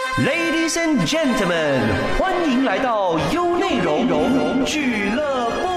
Ladies and gentlemen， 欢迎来到优内容俱乐部。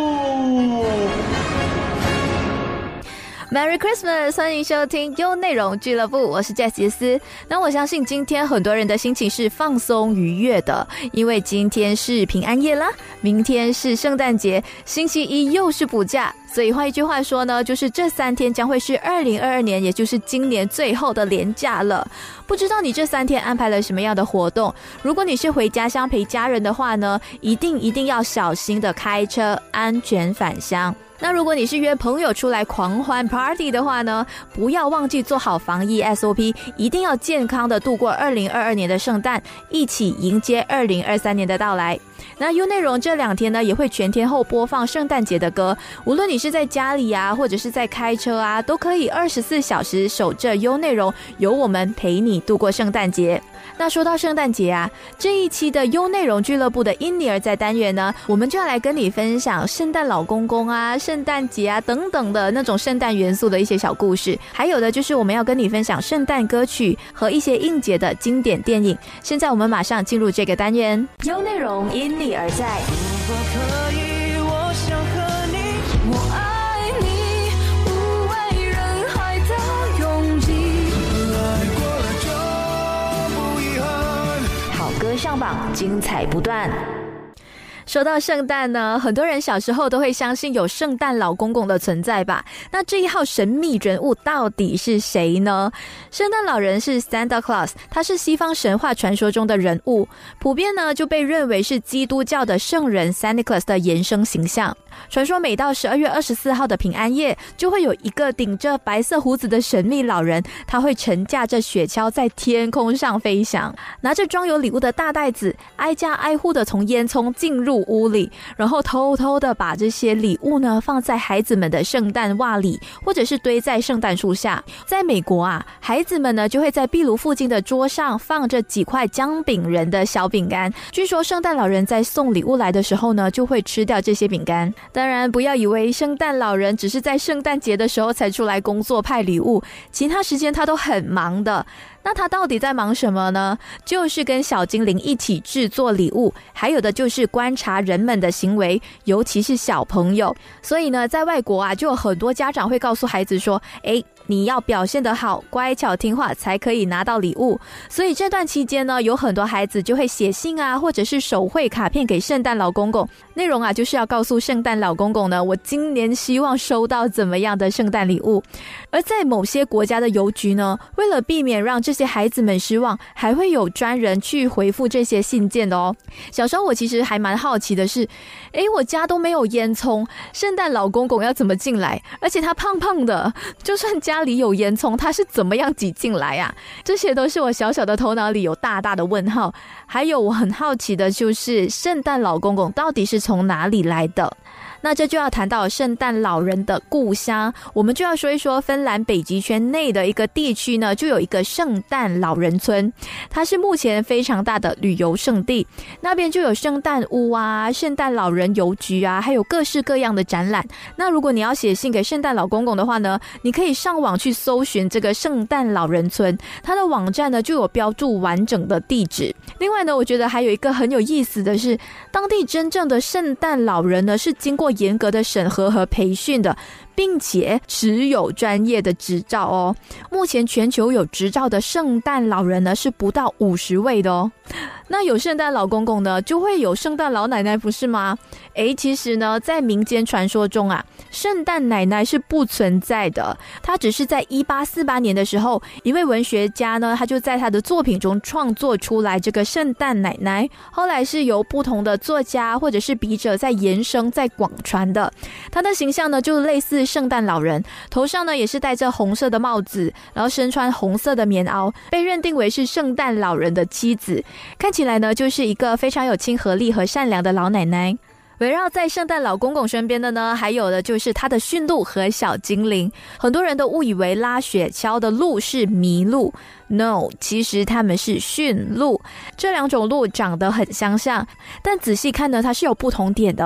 Merry Christmas， 欢迎收听优内容俱乐部，我是杰西斯。那我相信今天很多人的心情是放松愉悦的，因为今天是平安夜啦，明天是圣诞节，星期一又是补假，所以换一句话说呢，就是这3天将会是2022年，也就是今年最后的连假了。不知道你这3天安排了什么样的活动？如果你是回家乡陪家人的话呢，一定要小心的开车，安全返乡。那如果你是约朋友出来狂欢 party 的话呢，不要忘记做好防疫 SOP， 一定要健康的度过2022年的圣诞，一起迎接2023年的到来。那 U 内容这2天呢，也会全天候播放圣诞节的歌，无论你是在家里啊，或者是在开车啊，都可以24小时守着 U 内容，由我们陪你度过圣诞节。那说到圣诞节啊，这一期的优内容俱乐部的因你而在单元呢，我们就要来跟你分享圣诞老公公啊、圣诞节啊等等的那种圣诞元素的一些小故事，还有的就是我们要跟你分享圣诞歌曲和一些应节的经典电影。现在我们马上进入这个单元，优内容因你而在。 如果可以，我想和你，我爱你，不为人海的拥挤，爱过了就不遗憾。 好歌上榜，精彩不断。说到圣诞呢，很多人小时候都会相信有圣诞老公公的存在吧？那这一号神秘人物到底是谁呢？圣诞老人是 Santa Claus， 他是西方神话传说中的人物，普遍呢就被认为是基督教的圣人 Santa Claus 的衍生形象。传说每到12月24号的平安夜，就会有一个顶着白色胡子的神秘老人，他会乘驾着雪橇在天空上飞翔，拿着装有礼物的大袋子，挨家挨户的从烟囱进入屋里，然后偷偷的把这些礼物呢放在孩子们的圣诞袜里，或者是堆在圣诞树下。在美国啊，孩子们呢就会在壁炉附近的桌上放着几块姜饼人的小饼干，据说圣诞老人在送礼物来的时候呢，就会吃掉这些饼干。当然不要以为圣诞老人只是在圣诞节的时候才出来工作派礼物，其他时间他都很忙的。那他到底在忙什么呢？就是跟小精灵一起制作礼物，还有的就是观察人们的行为，尤其是小朋友。所以呢，在外国啊，就有很多家长会告诉孩子说，你要表现得好，乖巧听话才可以拿到礼物。所以这段期间呢，有很多孩子就会写信啊，或者是手绘卡片给圣诞老公公，内容啊就是要告诉圣诞老公公呢，我今年希望收到怎么样的圣诞礼物。而在某些国家的邮局呢，为了避免让这些孩子们失望，还会有专人去回复这些信件的哦。小时候我其实还蛮好奇的是，我家都没有烟囱，圣诞老公公要怎么进来？而且他胖胖的，就算家里有烟囱，他是怎么样挤进来啊？这些都是我小小的头脑里有大大的问号。还有我很好奇的就是圣诞老公公到底是从哪里来的？那这就要谈到圣诞老人的故乡，我们就要说一说芬兰北极圈内的一个地区呢，就有一个圣诞老人村，它是目前非常大的旅游胜地，那边就有圣诞屋啊、圣诞老人邮局啊，还有各式各样的展览。那如果你要写信给圣诞老公公的话呢，你可以上网去搜寻这个圣诞老人村，它的网站呢就有标注完整的地址。另外呢，我觉得还有一个很有意思的是，当地真正的圣诞老人呢是经过严格的审核和培训的，并且持有专业的执照哦。目前全球有执照的圣诞老人呢是不到50位的哦。那有圣诞老公公呢，就会有圣诞老奶奶，不是吗？其实呢，在民间传说中啊，圣诞奶奶是不存在的，它只是在1848年的时候，一位文学家呢，他就在他的作品中创作出来这个圣诞奶奶，后来是由不同的作家或者是笔者在延伸、在广传的。他的形象呢，就类似圣诞老人，头上呢也是戴着红色的帽子，然后身穿红色的棉袄，被认定为是圣诞老人的妻子，看起来呢就是一个非常有亲和力和善良的老奶奶。围绕在圣诞老公公身边的呢，还有的就是他的驯鹿和小精灵。很多人都误以为拉雪橇的鹿是麋鹿， No， 其实他们是驯鹿。这两种鹿长得很相像，但仔细看呢，它是有不同点的。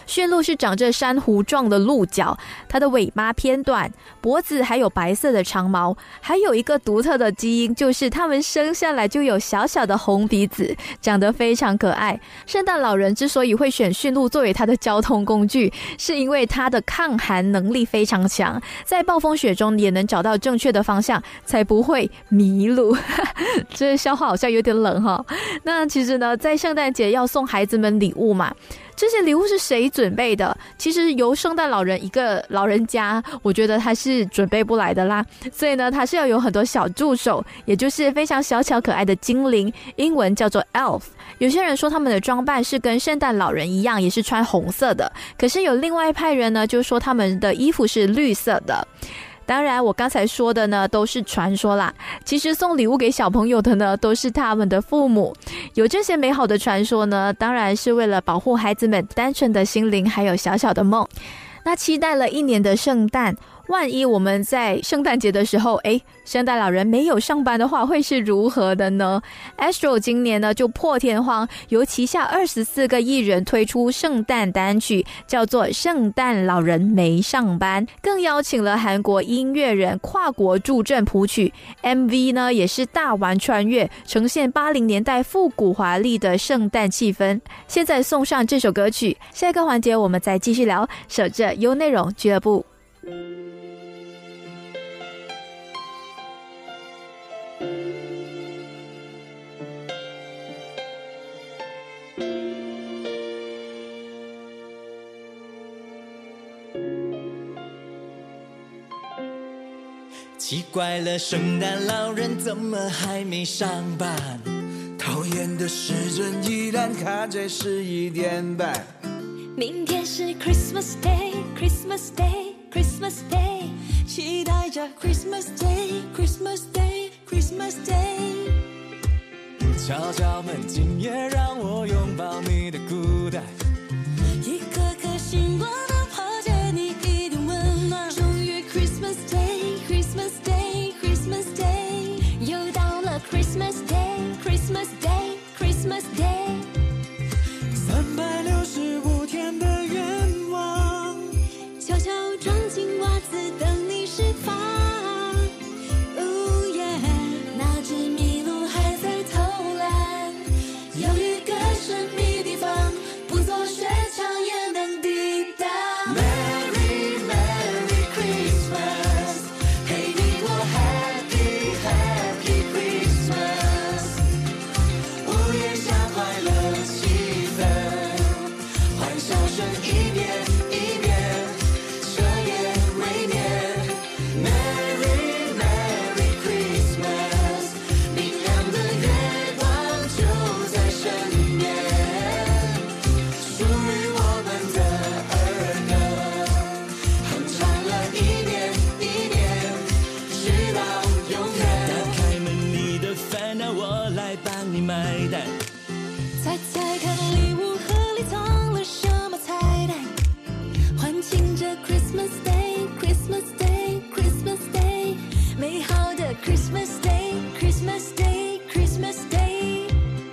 驯鹿是长着珊瑚状的鹿角，它的尾巴偏短，脖子还有白色的长毛，还有一个独特的基因，就是它们生下来就有小小的红鼻子，长得非常可爱。圣诞老人之所以会选驯鹿作为他的交通工具，是因为它的抗寒能力非常强，在暴风雪中也能找到正确的方向，才不会迷路。这笑话好像有点冷哈。那其实呢，在圣诞节要送孩子们礼物嘛，这些礼物是谁准备的？其实由圣诞老人一个老人家，我觉得他是准备不来的啦。所以呢，他是要有很多小助手，也就是非常小巧可爱的精灵，英文叫做 elf。有些人说他们的装扮是跟圣诞老人一样，也是穿红色的。可是有另外一派人呢，就说他们的衣服是绿色的。当然我刚才说的呢都是传说啦，其实送礼物给小朋友的呢都是他们的父母。有这些美好的传说呢，当然是为了保护孩子们单纯的心灵还有小小的梦。那期待了一年的圣诞，万一我们在圣诞节的时候圣诞老人没有上班的话，会是如何的呢？ Astro 今年呢就破天荒由旗下24个艺人推出圣诞单曲，叫做圣诞老人没上班，更邀请了韩国音乐人跨国助阵谱曲， MV 呢也是大玩穿越，呈现80年代复古华丽的圣诞气氛。现在送上这首歌曲，下一个环节我们再继续聊，守着优内容俱乐部。 奇怪了，圣诞老人怎么还没上班？ 讨厌的时针依然卡在11点半。 明天是 Christmas Day Christmas Day Christmas Day， 期待着 Christmas Day Christmas Day Christmas Day。 悄悄门今夜让我拥抱你的孤单， 一颗颗星光能破解你一点温暖。终于 Christmas Day Christmas Day Christmas Day， 又到了 Christmas Day Christmas Day Christmas Day。 365天的愿望， 悄悄装进袜子等你释放。哦耶，那只麋鹿还在偷懒，有一个神秘地方，不走雪橇也能抵达。Merry Merry Christmas， 陪你过 Happy Happy Christmas， 屋檐下快乐气氛，欢笑声一遍一遍，彻夜未眠。Merry Merry Christmas， 明亮的月光就在身边，属于我们的儿歌，哼唱了一年一年，直到永远。 打开门，你的烦恼我来帮你买单。 猜猜看礼物盒里藏了什么彩蛋，欢庆着 Christmas Day Christmas Day Christmas Day， 美好的 Christmas Day Christmas Day Christmas Day。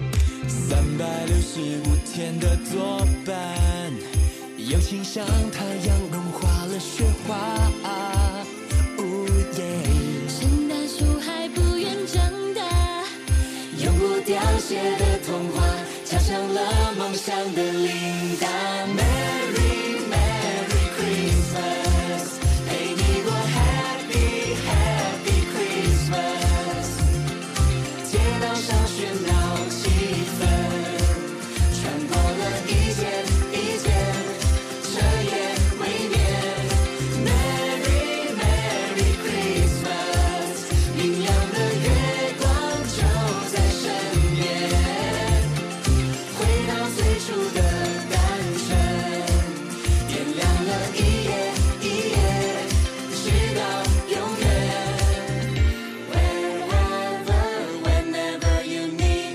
365天的作伴，友情像太阳融化了雪花。哦耶， 圣诞树还不愿长大，永不凋谢的童话，敲响了梦想的铃铛。Merry Merry Christmas， 陪你过 Happy Happy Christmas， 街道上喧闹气氛，穿过了一件一件，彻夜未眠。Merry Merry Christmas， 明亮的月光就在身边，回到最初的单纯，点亮了一夜一夜，直到永远。Wherever whenever you need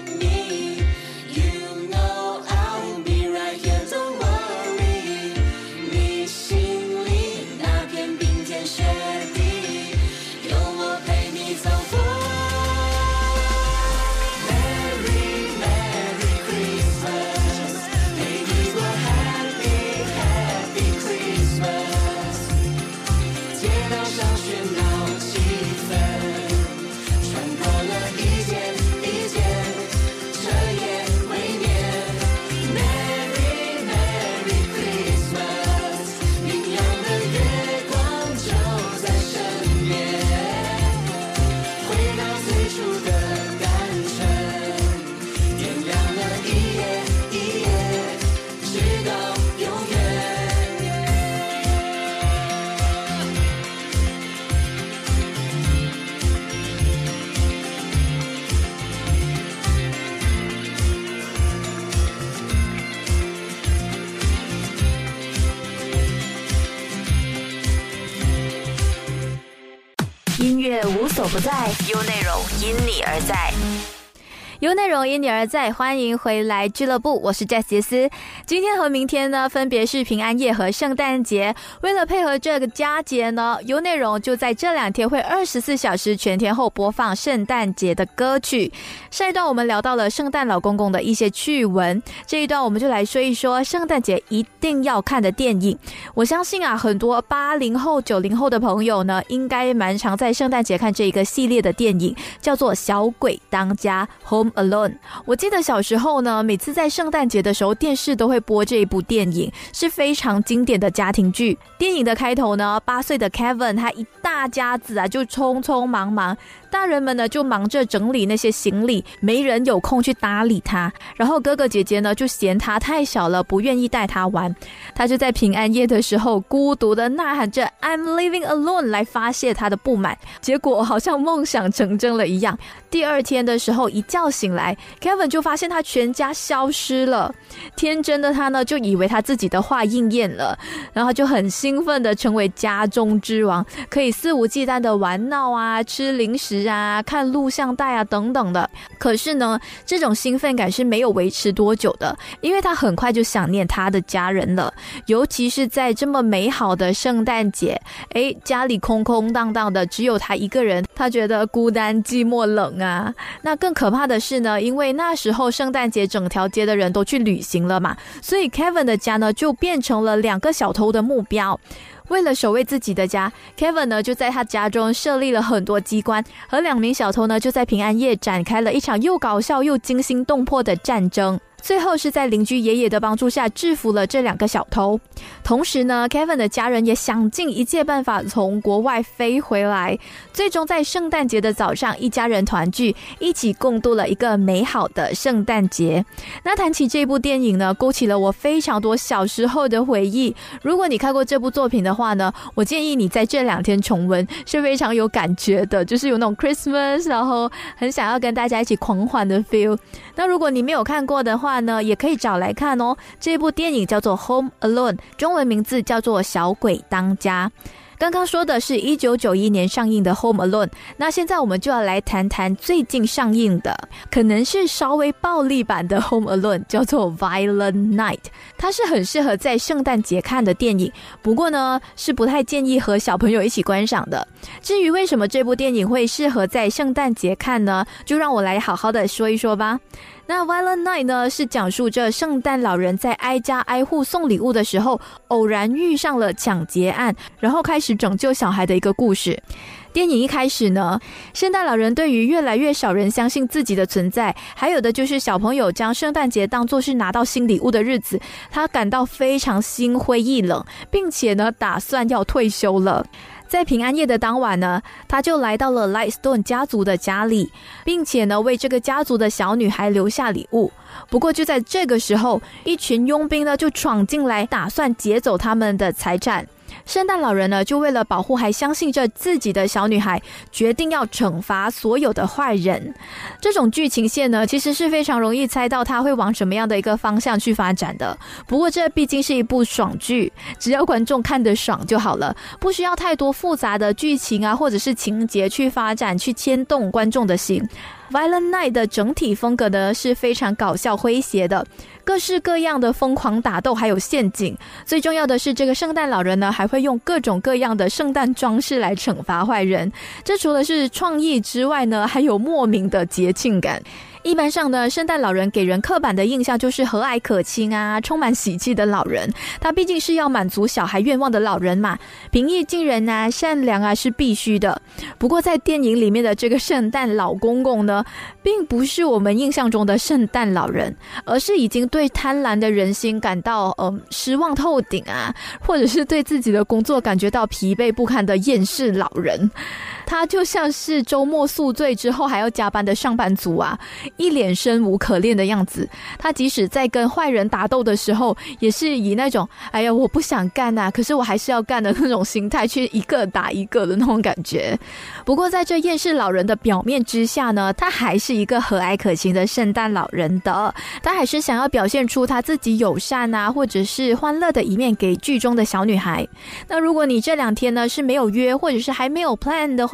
所不在，优内容因你而在。有内容因你而在，欢迎回来俱乐部，我是 Jess 杰斯。今天和明天呢，分别是平安夜和圣诞节。为了配合这个佳节呢，有内容就在这2天会24小时全天候播放圣诞节的歌曲。上一段我们聊到了圣诞老公公的一些趣闻，这一段我们就来说一说圣诞节一定要看的电影。我相信啊，很多80后、90后的朋友呢，应该蛮常在圣诞节看这一个系列的电影，叫做《小鬼当家》Home Alone。 我记得小时候呢，每次在圣诞节的时候，电视都会播这一部电影，是非常经典的家庭剧。电影的开头呢，8岁的 Kevin 他一大家子啊，就匆匆忙忙，大人们呢就忙着整理那些行李，没人有空去搭理他。然后哥哥姐姐呢就嫌他太小了，不愿意带他玩。他就在平安夜的时候孤独的呐喊着 I'm living alone 来发泄他的不满。结果好像梦想成真了一样，第2天的时候一觉醒来， Kevin 就发现他全家消失了。天真的他呢就以为他自己的话应验了，然后就很兴奋的成为家中之王，可以肆无忌惮的玩闹啊，吃零食啊，看录像带啊等等的。可是呢，这种兴奋感是没有维持多久的，因为他很快就想念他的家人了。尤其是在这么美好的圣诞节，家里空空荡荡的，只有他一个人，他觉得孤单寂寞冷啊。那更可怕的是呢，因为那时候圣诞节整条街的人都去旅行了嘛，所以 Kevin 的家呢就变成了2个小偷的目标。为了守卫自己的家， Kevin 呢就在他家中设立了很多机关，和2名小偷呢就在平安夜展开了一场又搞笑又惊心动魄的战争。最后是在邻居爷爷的帮助下制服了这2个小偷。同时呢， Kevin 的家人也想尽一切办法从国外飞回来，最终在圣诞节的早上，一家人团聚，一起共度了一个美好的圣诞节。那谈起这部电影呢，勾起了我非常多小时候的回忆。如果你看过这部作品的话呢，我建议你在这2天重温，是非常有感觉的，就是有那种 Christmas 然后很想要跟大家一起狂欢的 feel。 那如果你没有看过的话呢，也可以找来看哦。这部电影叫做 Home Alone， 中文名字叫做小鬼当家。刚刚说的是1991年上映的 Home Alone， 那现在我们就要来谈谈最近上映的，可能是稍微暴力版的 Home Alone， 叫做 Violent Night。 它是很适合在圣诞节看的电影，不过呢是不太建议和小朋友一起观赏的。至于为什么这部电影会适合在圣诞节看呢，就让我来好好的说一说吧。那 Violent Night 呢，是讲述着圣诞老人在挨家挨户送礼物的时候，偶然遇上了抢劫案，然后开始拯救小孩的一个故事。电影一开始呢，圣诞老人对于越来越少人相信自己的存在，还有的就是小朋友将圣诞节当作是拿到新礼物的日子，他感到非常心灰意冷，并且呢打算要退休了。在平安夜的当晚呢，他就来到了 Lightstone 家族的家里，并且呢为这个家族的小女孩留下礼物。不过就在这个时候，一群佣兵呢就闯进来，打算劫走他们的财产。圣诞老人呢就为了保护还相信着自己的小女孩，决定要惩罚所有的坏人。这种剧情线呢其实是非常容易猜到他会往什么样的一个方向去发展的。不过这毕竟是一部爽剧，只要观众看得爽就好了，不需要太多复杂的剧情啊或者是情节去发展，去牵动观众的心。Violent Night 的整体风格呢是非常搞笑诙谐的，各式各样的疯狂打斗还有陷阱。最重要的是，这个圣诞老人呢还会用各种各样的圣诞装饰来惩罚坏人。这除了是创意之外呢，还有莫名的节庆感。一般上呢，圣诞老人给人刻板的印象就是和蔼可亲啊，充满喜气的老人。他毕竟是要满足小孩愿望的老人嘛，平易近人啊，善良啊是必须的。不过在电影里面的这个圣诞老公公呢，并不是我们印象中的圣诞老人，而是已经对贪婪的人心感到失望透顶啊，或者是对自己的工作感觉到疲惫不堪的厌世老人。他就像是周末宿醉之后还要加班的上班族啊，一脸生无可恋的样子。他即使在跟坏人打斗的时候，也是以那种哎呀我不想干啊，可是我还是要干的那种心态去一个打一个的那种感觉。不过在这厌世老人的表面之下呢，他还是一个和蔼可亲的圣诞老人的，他还是想要表现出他自己友善啊或者是欢乐的一面给剧中的小女孩。那如果你这2天呢是没有约或者是还没有 plan 的话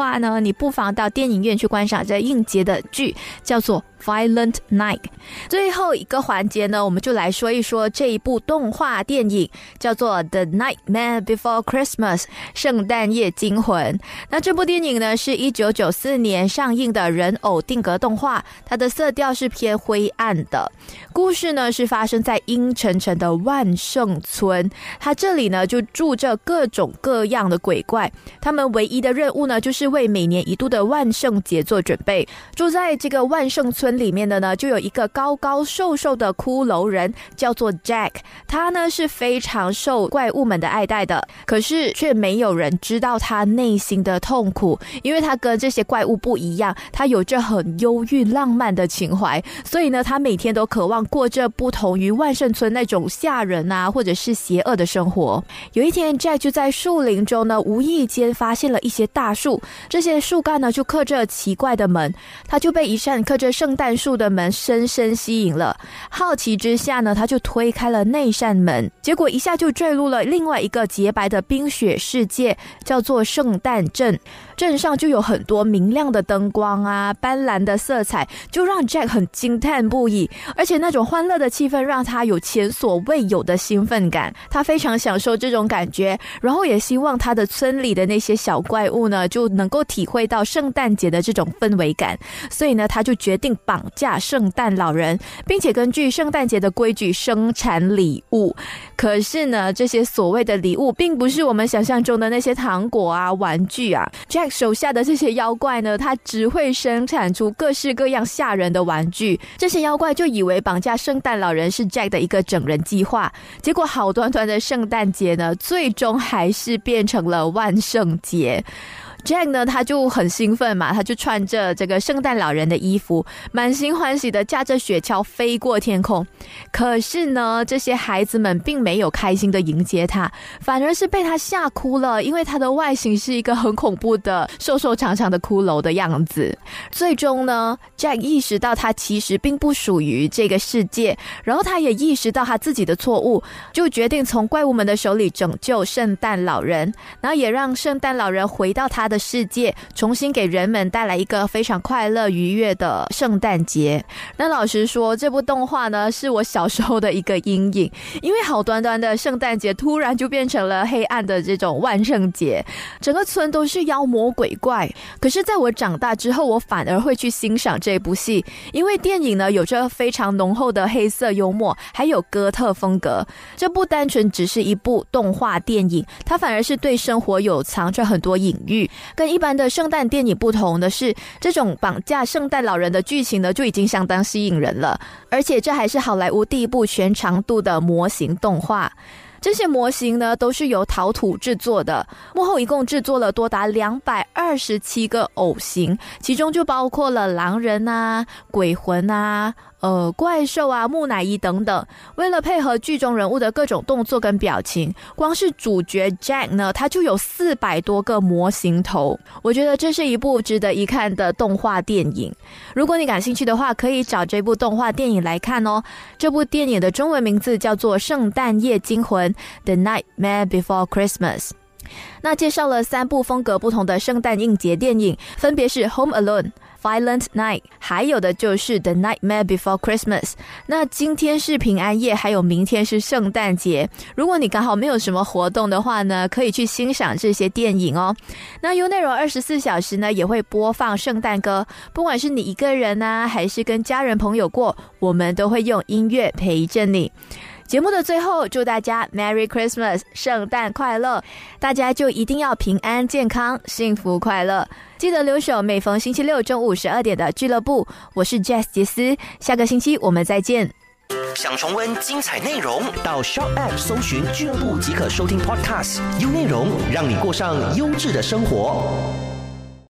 话呢，你不妨到电影院去观赏这应节的剧，叫做Violent Night。 最后一个环节呢，我们就来说一说这一部动画电影，叫做 The Nightmare Before Christmas 圣诞夜惊魂。那这部电影呢是1994年上映的人偶定格动画，它的色调是偏灰暗的。故事呢是发生在阴沉沉的万圣村，它这里呢就住着各种各样的鬼怪，他们唯一的任务呢就是为每年一度的万圣节做准备。住在这个万圣村里面的呢，就有一个高高瘦瘦的骷髅人，叫做 Jack。 他呢是非常受怪物们的爱戴的，可是却没有人知道他内心的痛苦，因为他跟这些怪物不一样，他有着很忧郁浪漫的情怀，所以呢他每天都渴望过着不同于万圣村那种吓人啊或者是邪恶的生活。有一天 Jack 就在树林中呢无意间发现了一些大树，这些树干呢就刻着奇怪的门，他就被一扇刻着圣诞树的门深深吸引了。好奇之下呢，他就推开了那扇门，结果一下就坠入了另外一个洁白的冰雪世界，叫做圣诞镇。镇上就有很多明亮的灯光啊，斑斓的色彩，就让 Jack 很惊叹不已，而且那种欢乐的气氛让他有前所未有的兴奋感。他非常享受这种感觉，然后也希望他的村里的那些小怪物呢就能够体会到圣诞节的这种氛围感，所以呢他就决定绑架圣诞老人，并且根据圣诞节的规矩生产礼物。可是呢这些所谓的礼物并不是我们想象中的那些糖果啊玩具啊， Jack 手下的这些妖怪呢，他只会生产出各式各样吓人的玩具。这些妖怪就以为绑架圣诞老人是 Jack 的一个整人计划，结果好端端的圣诞节呢最终还是变成了万圣节。Jack 呢他就很兴奋嘛，他就穿着这个圣诞老人的衣服，满心欢喜的驾着雪橇飞过天空。可是呢这些孩子们并没有开心的迎接他，反而是被他吓哭了，因为他的外形是一个很恐怖的瘦瘦长长的骷髅的样子。最终呢 Jack 意识到他其实并不属于这个世界，然后他也意识到他自己的错误，就决定从怪物们的手里拯救圣诞老人，然后也让圣诞老人回到他的世界，重新给人们带来一个非常快乐愉悦的圣诞节。那老实说这部动画呢是我小时候的一个阴影，因为好端端的圣诞节突然就变成了黑暗的这种万圣节，整个村都是妖魔鬼怪。可是在我长大之后，我反而会去欣赏这部戏，因为电影呢有着非常浓厚的黑色幽默，还有哥特风格。这不单纯只是一部动画电影，它反而是对生活有藏着很多隐喻。跟一般的圣诞电影不同的是，这种绑架圣诞老人的剧情呢就已经相当吸引人了，而且这还是好莱坞第一部全长度的模型动画。这些模型呢都是由陶土制作的，幕后一共制作了多达227个偶形，其中就包括了狼人啊、鬼魂啊、怪兽啊、木乃伊等等。为了配合剧中人物的各种动作跟表情，光是主角 Jack 呢他就有400多个模型头。我觉得这是一部值得一看的动画电影，如果你感兴趣的话可以找这部动画电影来看哦。这部电影的中文名字叫做圣诞夜惊魂 The Nightmare Before Christmas。 那介绍了3部风格不同的圣诞应节电影，分别是 Home Alone、Violent Night， 还有的就是 The Nightmare Before Christmas。 那今天是平安夜，还有明天是圣诞节，如果你刚好没有什么活动的话呢，可以去欣赏这些电影哦。那优内容24小时呢也会播放圣诞歌，不管是你一个人啊还是跟家人朋友过，我们都会用音乐陪着你。节目的最后，祝大家 Merry Christmas， 圣诞快乐！大家就一定要平安健康、幸福快乐。记得留守每逢星期六中午12点的俱乐部，我是 Jess 杰斯，下个星期我们再见。 想重温精彩内容，到 Shop App 搜寻俱乐部即可收听 Podcast， 优内容让你过上优质的生活。